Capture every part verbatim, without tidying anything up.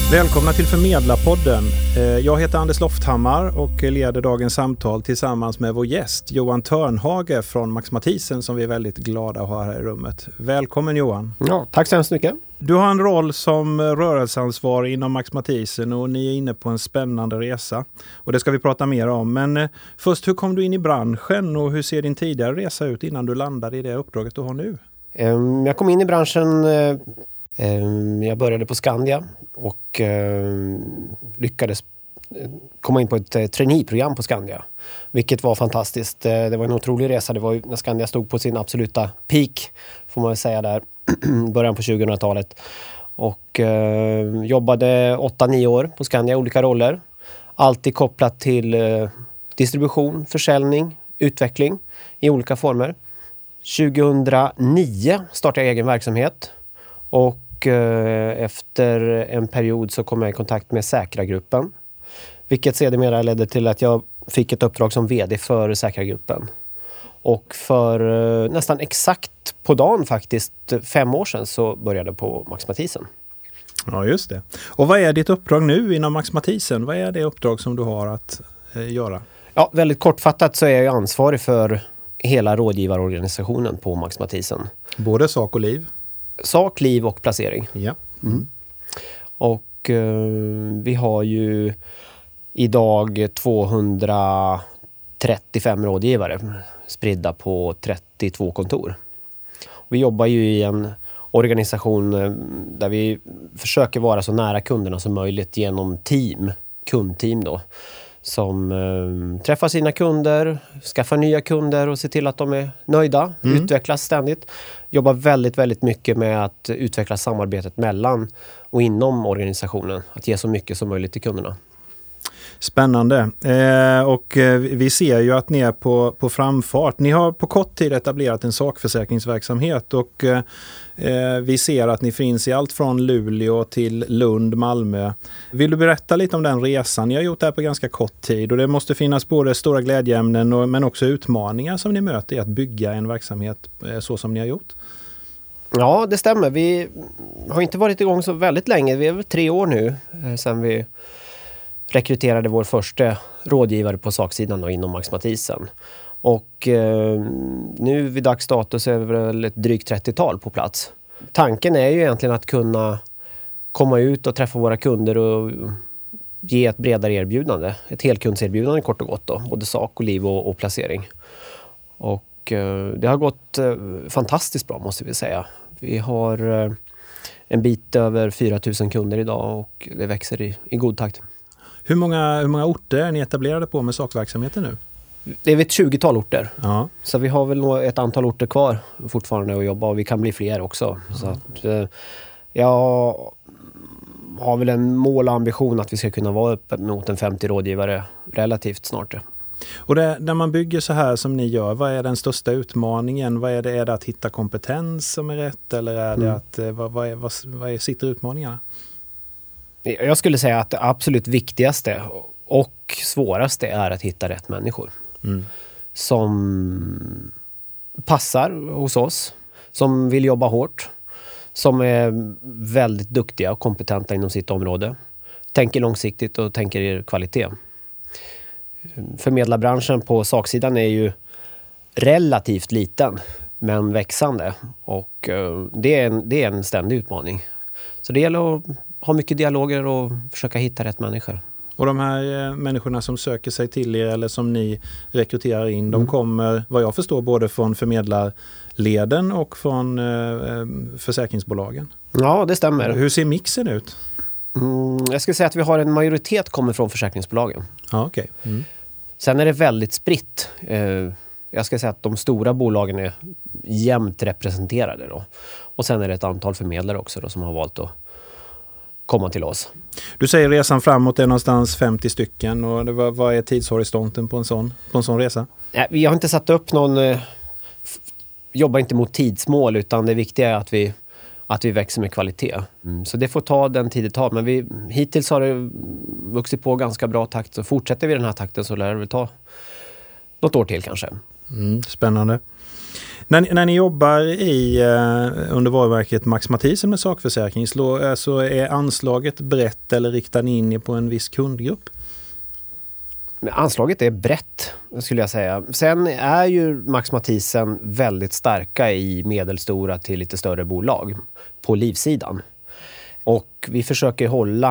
Välkomna till Förmedlarpodden. Jag heter Anders Lofthammar och leder dagens samtal tillsammans med vår gäst Johan Törnhage från Max Matthiessen som vi är väldigt glada att ha här i rummet. Välkommen Johan. Ja, tack så hemskt mycket. Du har en roll som rörelseansvarig inom Max Matthiessen och ni är inne på en spännande resa. Och det ska vi prata mer om. Men först, hur kom du in i branschen och hur ser din tidigare resa ut innan du landade i det uppdraget du har nu? Jag kom in i branschen, jag började på Skandia och lyckades komma in på ett traineeprogram på Skandia. Vilket var fantastiskt. Det var en otrolig resa. Det var ju när Skandia stod på sin absoluta peak, får man väl säga där, början på tjugohundratalet. Och eh, jobbade åtta nio år på Skandia i olika roller. Alltid kopplat till eh, distribution, försäljning, utveckling i olika former. tjugohundranio startade jag egen verksamhet. Och eh, efter en period så kom jag i kontakt med Säkra-gruppen. Vilket sedermera ledde till att jag fick ett uppdrag som vd för Säkra-gruppen. Och för eh, nästan exakt på dagen faktiskt, fem år sedan, så började jag på Max Matthiessen. Ja, just det. Och vad är ditt uppdrag nu inom Max Matthiessen? Vad är det uppdrag som du har att eh, göra? Ja, väldigt kortfattat så är jag ansvarig för hela rådgivarorganisationen på Max Matthiessen. Både sak och liv? Sak, liv och placering. Ja. Mm. Mm. Och eh, vi har ju idag tvåhundratrettiofem rådgivare spridda på trettiotvå kontor. Vi jobbar ju i en organisation där vi försöker vara så nära kunderna som möjligt genom team, kundteam då, som eh, träffar sina kunder, skaffar nya kunder och ser till att de är nöjda, mm. utvecklas ständigt. Jobbar väldigt, väldigt mycket med att utveckla samarbetet mellan och inom organisationen, att ge så mycket som möjligt till kunderna. Spännande. Eh, och eh, vi ser ju att ni är på, på framfart. Ni har på kort tid etablerat en sakförsäkringsverksamhet och eh, vi ser att ni finns i allt från Luleå till Lund, Malmö. Vill du berätta lite om den resan? Ni har gjort det här på ganska kort tid och det måste finnas både stora glädjeämnen och, men också utmaningar som ni möter i att bygga en verksamhet eh, så som ni har gjort. Ja, det stämmer. Vi har inte varit igång så väldigt länge. Vi är väl tre år nu eh, sedan vi rekryterade vår första rådgivare på saksidan då, inom Max Matthiessen. Och eh, nu vid dags dato så är vi väl ett drygt trettiotal på plats. Tanken är ju egentligen att kunna komma ut och träffa våra kunder och ge ett bredare erbjudande. Ett helkundserbjudande kort och gott då. Både sak och liv och, och placering. Och eh, det har gått eh, fantastiskt bra måste vi säga. Vi har eh, en bit över fyra tusen kunder idag och det växer i, i god takt. Hur många, hur många orter är ni etablerade på med sakverksamheten nu? Det är ett tjugotal orter. Ja. Så vi har väl nog ett antal orter kvar fortfarande att jobba och vi kan bli fler också. Ja. Så att, eh, jag har väl en mål och ambition att vi ska kunna vara uppe mot en femtio rådgivare relativt snart. Och det, när man bygger så här som ni gör, vad är den största utmaningen? Vad är det, är det att hitta kompetens som är rätt eller är det mm. att, vad, vad, är, vad, vad är, sitter utmaningarna? Jag skulle säga att det absolut viktigaste och svåraste är att hitta rätt människor. Mm. Som passar hos oss, som vill jobba hårt, som är väldigt duktiga och kompetenta inom sitt område. Tänker långsiktigt och tänker kvalitet. Förmedlarbranschen på saksidan är ju relativt liten men växande och det är en, det är en ständig utmaning. Så det gäller att ha mycket dialoger och försöka hitta rätt människor. Och de här eh, människorna som söker sig till er eller som ni rekryterar in, mm. de kommer, vad jag förstår, både från förmedlarleden och från eh, försäkringsbolagen. Ja, det stämmer. Hur ser mixen ut? Mm, jag skulle säga att vi har en majoritet kommer från försäkringsbolagen. Ja, okej. Okay. Mm. Sen är det väldigt spritt. Eh, jag ska säga att de stora bolagen är jämnt representerade då. Och sen är det ett antal förmedlare också då, som har valt att komma till oss. Du säger resan framåt är någonstans femtio stycken och det var, vad är tidshorisonten på en sån, på en sån resa? Nej, vi har inte satt upp någon, eh, f- jobbar inte mot tidsmål utan det viktiga är att vi, att vi växer med kvalitet. Mm. Så det får ta den tid det tar, men vi, hittills har det vuxit på ganska bra takt så fortsätter vi den här takten så lär det väl ta något år till kanske. Mm, spännande. När, när ni jobbar i, eh, under varumärket Max Matthiessen med sakförsäkring, slå, eh, så är anslaget brett eller riktar ni in er på en viss kundgrupp? Anslaget är brett, skulle jag säga. Sen är ju Max Matthiessen väldigt starka i medelstora till lite större bolag på livsidan. Och vi försöker hålla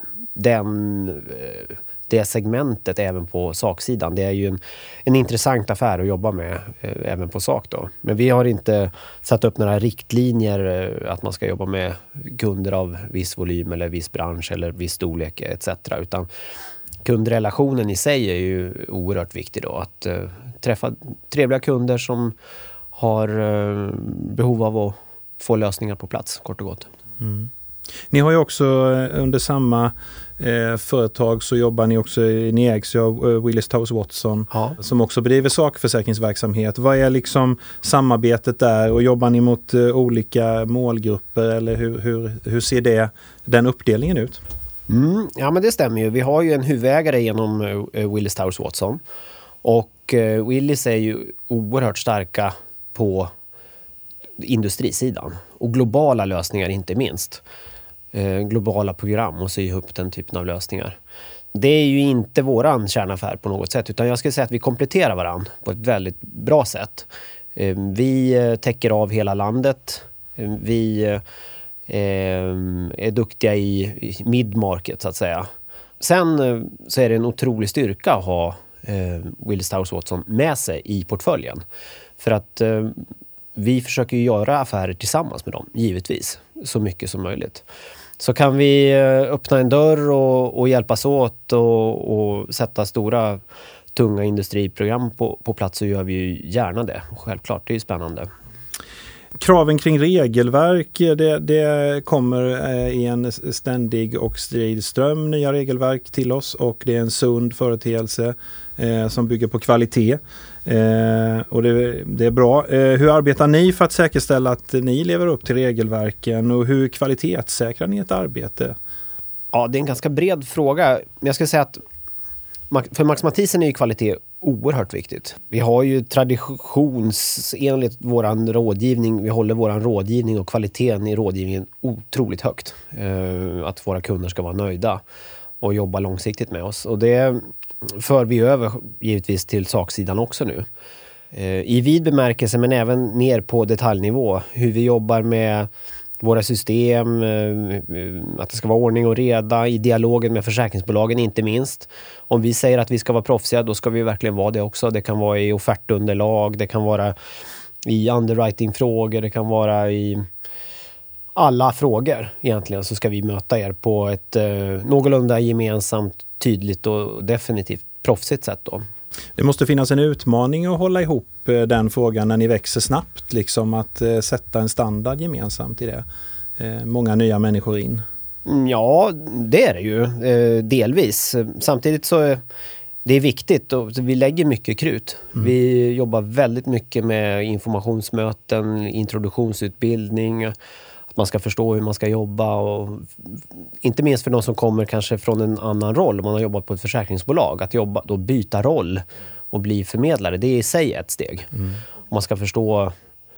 den, det segmentet även på saksidan. Det är ju en, en intressant affär att jobba med eh, även på sak då. Men vi har inte satt upp några riktlinjer eh, att man ska jobba med kunder av viss volym eller viss bransch eller viss storlek et cetera. Utan kundrelationen i sig är ju oerhört viktig då. Att eh, träffa trevliga kunder som har eh, behov av att få lösningar på plats, kort och gott. Mm. Ni har ju också under samma eh, företag så jobbar ni också, ni ägs ju av uh, Willis Towers Watson, ja, som också bedriver sakförsäkringsverksamhet. Vad är liksom samarbetet där och jobbar ni mot uh, olika målgrupper eller hur, hur, hur ser det, den uppdelningen ut? Mm, ja men det stämmer ju. Vi har ju en huvudägare genom uh, Willis Towers Watson och uh, Willis är ju oerhört starka på industrisidan och globala lösningar inte minst. Eh, globala program och sy ihop den typen av lösningar. Det är ju inte våran kärnaffär på något sätt utan jag skulle säga att vi kompletterar varandra på ett väldigt bra sätt. Eh, vi eh, täcker av hela landet. Eh, vi eh, är duktiga i, i mid-market så att säga. Sen eh, så är det en otrolig styrka att ha eh, Willis Towers Watson med sig i portföljen. För att eh, vi försöker ju göra affärer tillsammans med dem, givetvis, så mycket som möjligt. Så kan vi öppna en dörr och, och hjälpas åt och, och sätta stora, tunga industriprogram på, på plats så gör vi ju gärna det. Självklart, det är ju spännande. Kraven kring regelverk, det, det kommer i en ständig och strid ström nya regelverk till oss och det är en sund företeelse eh, som bygger på kvalitet. Eh, och det, det är bra. Eh, hur arbetar ni för att säkerställa att ni lever upp till regelverken och hur kvalitetssäkrar ni ett arbete? Ja, det är en ganska bred fråga. Jag skulle säga att för Max Matthiessen är ju kvalitet oerhört viktigt. Vi har ju traditionsenligt våran rådgivning, vi håller våran rådgivning och kvaliteten i rådgivningen otroligt högt. Eh, att våra kunder ska vara nöjda och jobba långsiktigt med oss. Och det för vi över givetvis till saksidan också nu. Eh, I vid bemärkelse men även ner på detaljnivå. Hur vi jobbar med våra system, att det ska vara ordning och reda i dialogen med försäkringsbolagen inte minst. Om vi säger att vi ska vara proffsiga, då ska vi verkligen vara det också. Det kan vara i offertunderlag, det kan vara i underwritingfrågor, det kan vara i alla frågor egentligen så ska vi möta er på ett eh, någorlunda gemensamt, tydligt och definitivt proffsigt sätt då. Det måste finnas en utmaning att hålla ihop den frågan när ni växer snabbt, liksom att eh, sätta en standard gemensamt i det. Eh, många nya människor in. Ja, det är det ju. Eh, delvis. Samtidigt så är det är viktigt och vi lägger mycket krut. Mm. Vi jobbar väldigt mycket med informationsmöten, introduktionsutbildning, att man ska förstå hur man ska jobba och inte minst för de som kommer kanske från en annan roll, om man har jobbat på ett försäkringsbolag, att jobba då byta roll och bli förmedlare, det är i sig ett steg. Mm. Man ska förstå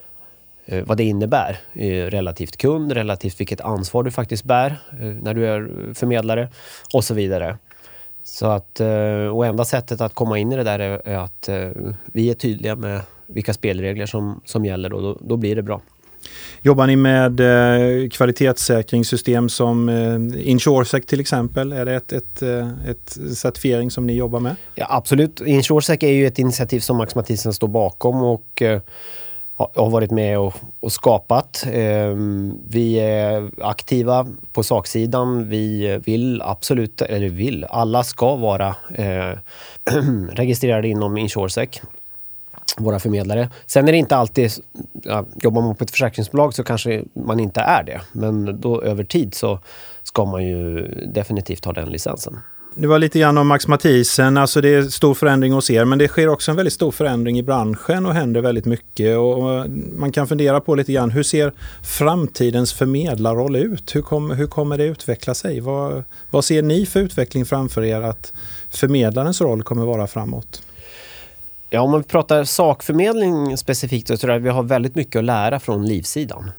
eh, vad det innebär eh, relativt kund, relativt vilket ansvar du faktiskt bär eh, när du är förmedlare och så vidare. Så att, eh, och enda sättet att komma in i det där är, är att eh, vi är tydliga med vilka spelregler som, som gäller och då, då blir det bra. Jobbar ni med eh, kvalitetssäkringssystem som eh, InsureSec till exempel? Är det ett, ett, ett certifiering som ni jobbar med? Ja, absolut. InsureSec är ju ett initiativ som Max Matthiessen står bakom och eh, har varit med och, och skapat. Eh, vi är aktiva på saksidan. Vi vill absolut, eller vill, alla ska vara eh, registrerade inom InsureSec. Våra förmedlare. Sen är det inte alltid, ja, jobbar man på ett försäkringsbolag så kanske man inte är det. Men då över tid så ska man ju definitivt ha den licensen. Det var lite grann om Max Matthiessen, alltså det är stor förändring hos er, men det sker också en väldigt stor förändring i branschen och händer väldigt mycket. Och man kan fundera på lite grann, hur ser framtidens förmedlarroll ut? Hur, kom, hur kommer det utveckla sig? Vad, vad ser ni för utveckling framför er att förmedlarens roll kommer vara framåt? Ja, om man pratar sakförmedling specifikt så tror jag att vi har väldigt mycket att lära från livssidan.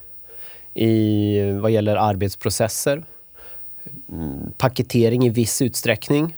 I vad gäller arbetsprocesser, paketering i viss utsträckning,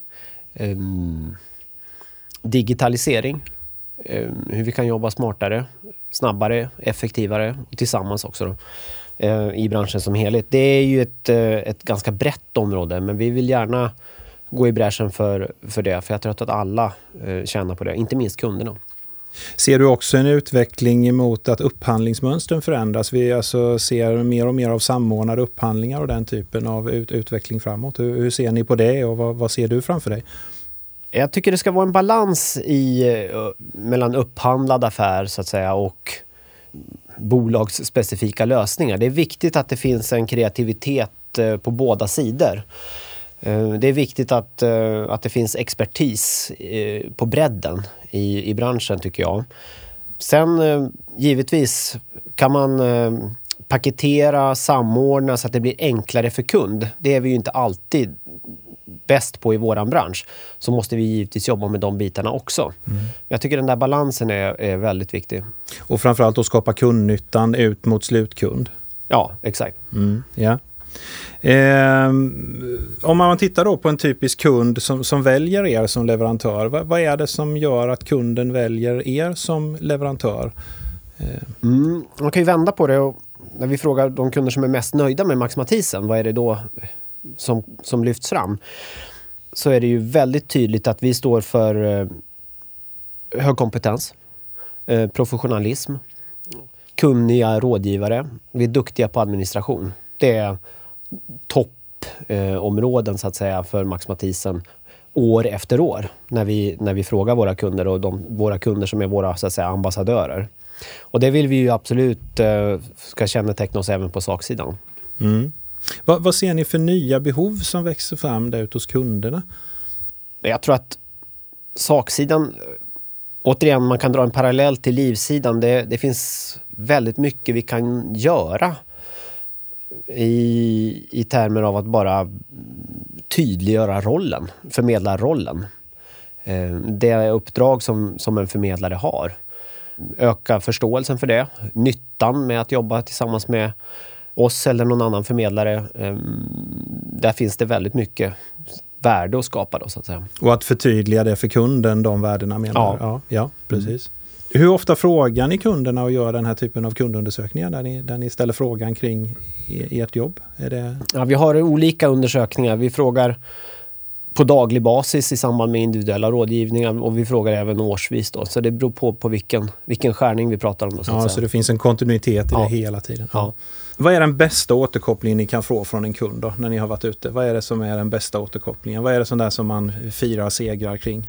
um, digitalisering, um, hur vi kan jobba smartare, snabbare, effektivare och tillsammans också då, uh, i branschen som helhet. Det är ju ett, uh, ett ganska brett område, men vi vill gärna gå i bräschen för, för det, för jag tror att alla uh, tjänar på det, inte minst kunderna. Ser du också en utveckling emot att upphandlingsmönstren förändras? Vi alltså ser mer och mer av samordnade upphandlingar och den typen av ut- utveckling framåt. Hur, hur ser ni på det och vad, vad ser du framför dig? Jag tycker det ska vara en balans i, mellan upphandlad affär så att säga och bolagsspecifika lösningar. Det är viktigt att det finns en kreativitet på båda sidor. Det är viktigt att, att det finns expertis på bredden i, i branschen tycker jag. Sen givetvis kan man paketera, samordna så att det blir enklare för kund. Det är vi ju inte alltid bäst på i våran bransch. Så måste vi givetvis jobba med de bitarna också. Mm. Jag tycker den där balansen är, är väldigt viktig. Och framförallt att skapa kundnyttan ut mot slutkund. Ja, exakt. Mm, ja. Eh, om man tittar då på en typisk kund som, som väljer er som leverantör, vad, vad är det som gör att kunden väljer er som leverantör? Eh. Mm, man kan ju vända på det och när vi frågar de kunder som är mest nöjda med Max Matthiessen, vad är det då som, som lyfts fram? Så är det ju väldigt tydligt att vi står för eh, hög kompetens, eh, professionalism, kunniga rådgivare, vi är duktiga på administration. Det är toppområden eh, så att säga för Max Matthiessen år efter år när vi, när vi frågar våra kunder och de, våra kunder som är våra så att säga ambassadörer. Och det vill vi ju absolut eh, ska känneteckna oss även på saksidan. Mm. Vad, vad ser ni för nya behov som växer fram där ute hos kunderna? Jag tror att saksidan, återigen man kan dra en parallell till livssidan, det, det finns väldigt mycket vi kan göra I, i termer av att bara tydliggöra rollen, förmedlarrollen. Det uppdrag som, som en förmedlare har. Öka förståelsen för det. Nyttan med att jobba tillsammans med oss eller någon annan förmedlare. Där finns det väldigt mycket värde att skapa då så att säga. Och att förtydliga det för kunden, de värdena menar ja. ja, ja, precis. Mm. Hur ofta frågar ni kunderna och gör den här typen av kundundersökningar där ni, där ni ställer frågan kring ert jobb? Är det... Ja, vi har olika undersökningar. Vi frågar på daglig basis i samband med individuella rådgivningar och vi frågar även årsvis då. Så det beror på, på vilken, vilken skärning vi pratar om. Då, så ja, så det finns en kontinuitet i ja. det hela tiden. Ja. Ja. Vad är den bästa återkopplingen ni kan få från en kund då, när ni har varit ute? Vad är det som är den bästa återkopplingen? Vad är det som, där som man firar segrar kring?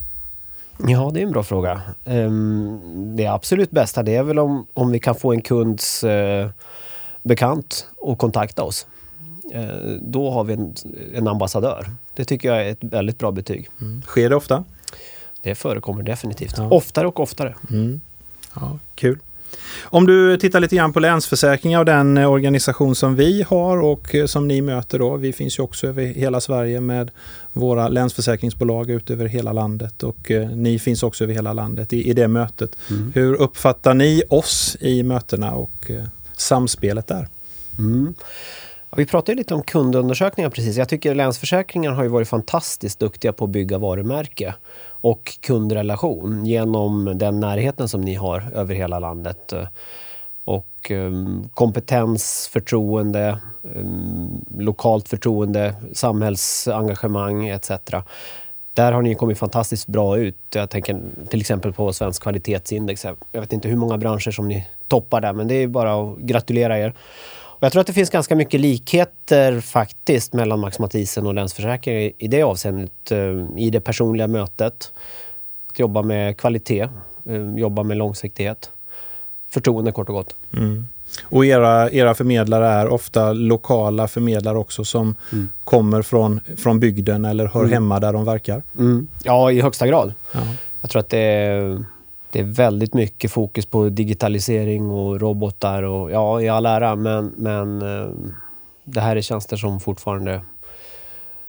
Ja, det är en bra fråga. Um, det absolut bästa det är väl om, om vi kan få en kunds uh, bekant och kontakta oss. Uh, då har vi en, en ambassadör. Det tycker jag är ett väldigt bra betyg. Mm. Sker det ofta? Det förekommer definitivt. Ja. Oftare och oftare. Mm. Ja, kul. Om du tittar lite grann på Länsförsäkringar och den organisation som vi har och som ni möter då. Vi finns ju också över hela Sverige med våra länsförsäkringsbolag ut över hela landet och eh, ni finns också över hela landet i, i det mötet. Mm. Hur uppfattar ni oss i mötena och eh, samspelet där? Mm. Ja, vi pratade lite om kundundersökningar precis. Jag tycker Länsförsäkringar har ju varit fantastiskt duktiga på att bygga varumärke och kundrelation genom den närheten som ni har över hela landet. Och um, kompetens, förtroende, um, lokalt förtroende, samhällsengagemang et cetera. Där har ni kommit fantastiskt bra ut. Jag tänker till exempel på Svensk kvalitetsindex. Jag vet inte hur många branscher som ni toppar där, men det är bara att gratulera er. Och jag tror att det finns ganska mycket likheter faktiskt mellan Max Matthiessen och Länsförsäkringar i det avseendet. I det personliga mötet. Att jobba med kvalitet, jobba med långsiktighet. Förtroende kort och gott. Mm. Och era, era förmedlare är ofta lokala förmedlare också som mm. kommer från, från bygden eller hör mm. hemma där de verkar? Mm. Ja, i högsta grad. Ja. Jag tror att det är, det är väldigt mycket fokus på digitalisering och robotar och ja, i all ära, men, men det här är tjänster som fortfarande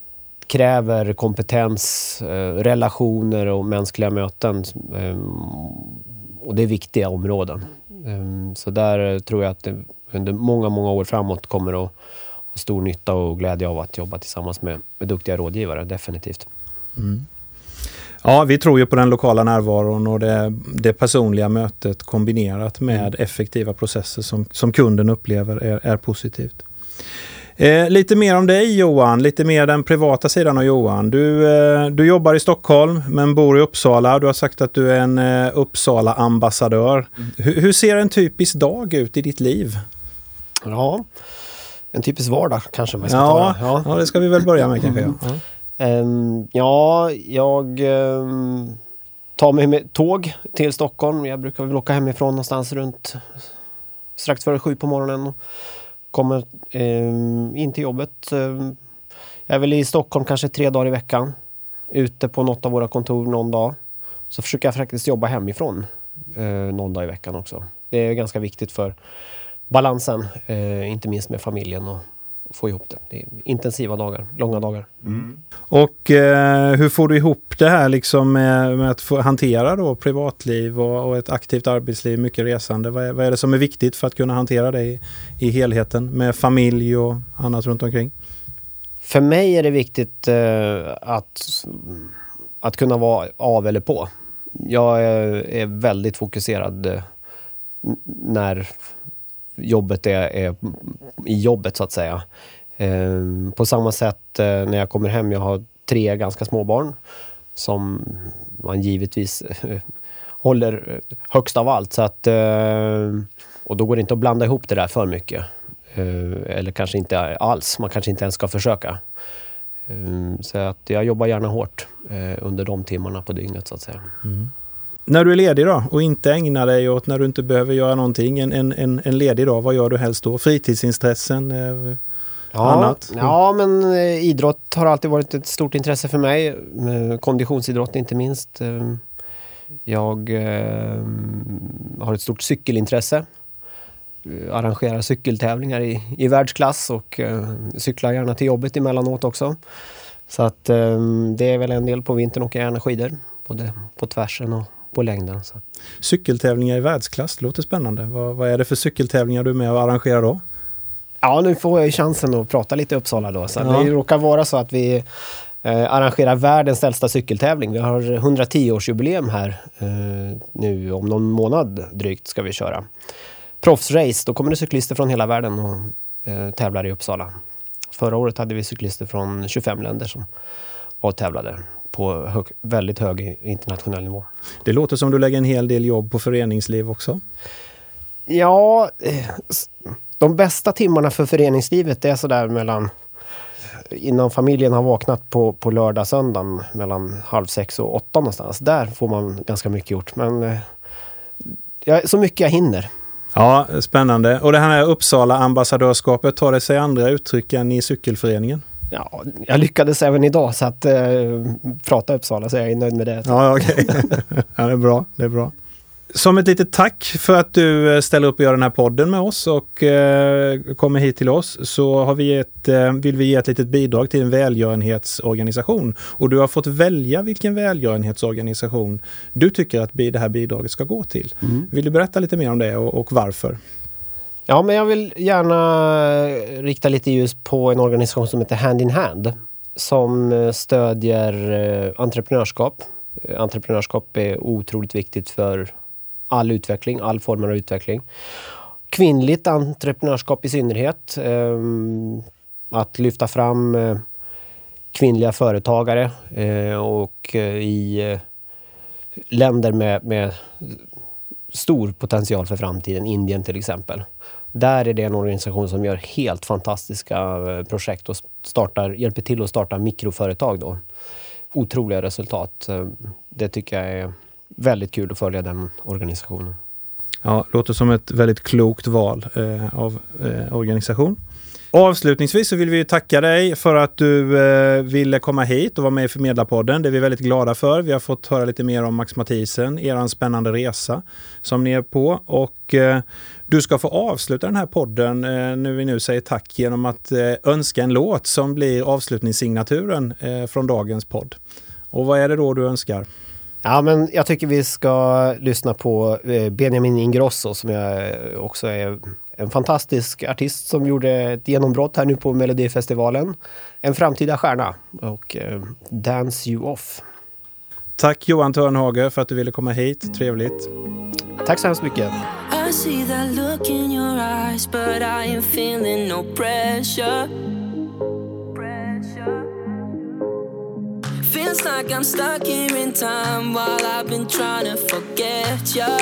kräver kompetens, eh, relationer och mänskliga möten. Eh, och det är viktiga områden. Eh, så där tror jag att det under många, många år framåt kommer att ha stor nytta och glädje av att jobba tillsammans med, med duktiga rådgivare, definitivt. Mm. Ja, vi tror ju på den lokala närvaron och det, det personliga mötet kombinerat med mm. effektiva processer som, som kunden upplever är, är positivt. Eh, lite mer om dig, Johan, lite mer den privata sidan av Johan. Du, eh, du jobbar i Stockholm men bor i Uppsala. Du har sagt att du är en eh, Uppsala-ambassadör. Mm. H- hur ser en typisk dag ut i ditt liv? Ja, en typisk vardag kanske man ska ja, ta. Ja. ja, det ska vi väl börja med kanske. Ja, um, ja jag um, tar mig med tåg till Stockholm. Jag brukar väl åka hemifrån någonstans runt strax före sju på morgonen. Kommer um, in till jobbet. Um, jag är väl i Stockholm kanske tre dagar i veckan. Ute på något av våra kontor någon dag. Så försöker jag faktiskt jobba hemifrån uh, någon dag i veckan också. Det är ganska viktigt för balansen, eh, inte minst med familjen och, och få ihop det. Det är intensiva dagar, långa dagar. Mm. Och eh, hur får du ihop det här liksom med, med att få hantera då privatliv och, och ett aktivt arbetsliv, mycket resande? Vad är, vad är det som är viktigt för att kunna hantera det i, i helheten med familj och annat runt omkring? För mig är det viktigt eh, att, att kunna vara av eller på. Jag är, är väldigt fokuserad eh, när jobbet är, är i jobbet så att säga. Eh, på samma sätt eh, när jag kommer hem, jag har tre ganska små barn som man givetvis eh, håller högst av allt. Så att, eh, och då går det inte att blanda ihop det där för mycket. Eh, eller kanske inte alls. Man kanske inte ens ska försöka. Eh, så att jag jobbar gärna hårt eh, under de timmarna på dygnet så att säga. Mm. När du är ledig då och inte ägnar dig åt när du inte behöver göra någonting, en, en, en ledig dag, vad gör du helst då? Fritidsintressen? Eh, ja, annat? Ja, men eh, idrott har alltid varit ett stort intresse för mig. Eh, konditionsidrott inte minst. Eh, jag eh, har ett stort cykelintresse. Eh, arrangerar cykeltävlingar i, i världsklass och eh, cyklar gärna till jobbet emellanåt också. Så att eh, det är väl en del på vintern och gärna skidor. Både på tvärsen och på längden. Så. Cykeltävlingar i världsklass, det låter spännande. Vad, vad är det för cykeltävlingar du är med och arrangerar då? Ja, nu får jag ju chansen att prata lite Uppsala då. Så ja. Det råkar vara så att vi eh, arrangerar världens äldsta cykeltävling. Vi har hundratio-årsjubileum här eh, nu. Om någon månad drygt ska vi köra. Proffsrace, då kommer det cyklister från hela världen och eh, tävlar i Uppsala. Förra året hade vi cyklister från tjugofem länder som var tävlade på hög, väldigt hög internationell nivå. Det låter som du lägger en hel del jobb på föreningsliv också. Ja, de bästa timmarna för föreningslivet är sådär mellan innan familjen har vaknat på, på lördag söndagen mellan halv sex och åtta någonstans. Där får man ganska mycket gjort, men ja, så mycket jag hinner. Ja, spännande. Och det här Uppsala ambassadörskapet, tar det sig andra uttryck än i cykelföreningen? Ja, jag lyckades även idag så att eh, prata Uppsala, så jag är nöjd med det. Ja, okej. Okay. Ja, det är bra. Det är bra. Som ett litet tack för att du ställer upp och gör den här podden med oss och eh, kommer hit till oss, så har vi ett, eh, vill vi ge ett litet bidrag till en välgörenhetsorganisation. Och du har fått välja vilken välgörenhetsorganisation du tycker att det här bidraget ska gå till. Mm. Vill du berätta lite mer om det och, och varför? Ja, men jag vill gärna rikta lite ljus på en organisation som heter Hand in Hand som stödjer entreprenörskap. Entreprenörskap är otroligt viktigt för all utveckling, all former av utveckling. Kvinnligt entreprenörskap i synnerhet. Att lyfta fram kvinnliga företagare och i länder med, med stor potential för framtiden, Indien till exempel. Där är det en organisation som gör helt fantastiska projekt och startar, hjälper till att starta mikroföretag då. Otroliga resultat. Det tycker jag är väldigt kul att följa den organisationen. Ja, låter som ett väldigt klokt val eh, av eh, organisation. Avslutningsvis så vill vi tacka dig för att du eh, ville komma hit och vara med i Förmedlarpodden. Det är vi väldigt glada för. Vi har fått höra lite mer om Max Matthiessen, er spännande resa som ni är på. Och eh, du ska få avsluta den här podden eh, nu vi nu säger tack genom att eh, önska en låt som blir avslutningssignaturen eh, från dagens podd. Och vad är det då du önskar? Ja, men jag tycker vi ska lyssna på eh, Benjamin Ingrosso som jag också är en fantastisk artist som gjorde ett genombrott här nu på Melodifestivalen. En framtida stjärna och eh, Dance You Off. Tack Johan Törnhage för att du ville komma hit. Trevligt. Tack så hemskt mycket. I see that look in your eyes, but I am feeling no pressure. Feels like I'm stuck here in time while I've been trying to forget ya.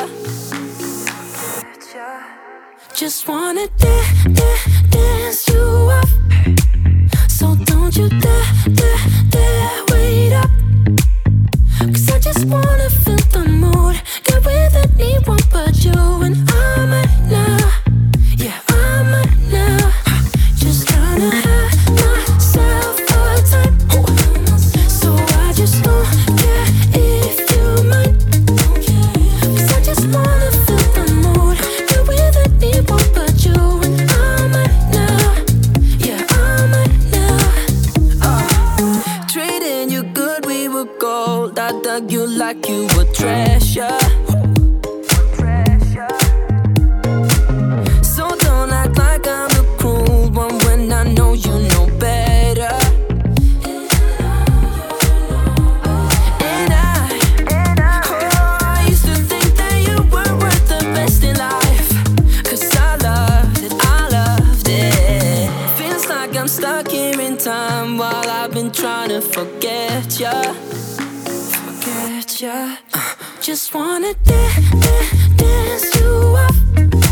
Just wanna da- da- dance you off. So don't you dare, dare, dare wait up. Cause I just wanna feel the mood. Get with anyone but you. And I'm at now. Yeah, I'm at now. Just trying to have myself a time. So I just don't care if you mind. Cause I just wanna feel the mood. Get with anyone but you. And I'm at now. Yeah, I'm at now. uh, Trading you good, we were gold. I dug you like you were treasure. So don't act like I'm the cruel one when I know you know better. And I, oh, I used to think that you were worth the best in life. Cause I loved it, I loved it. Feels like I'm stuck here in time while I've been trying to forget ya. Forget ya. uh, Just wanna da- da- dance you off.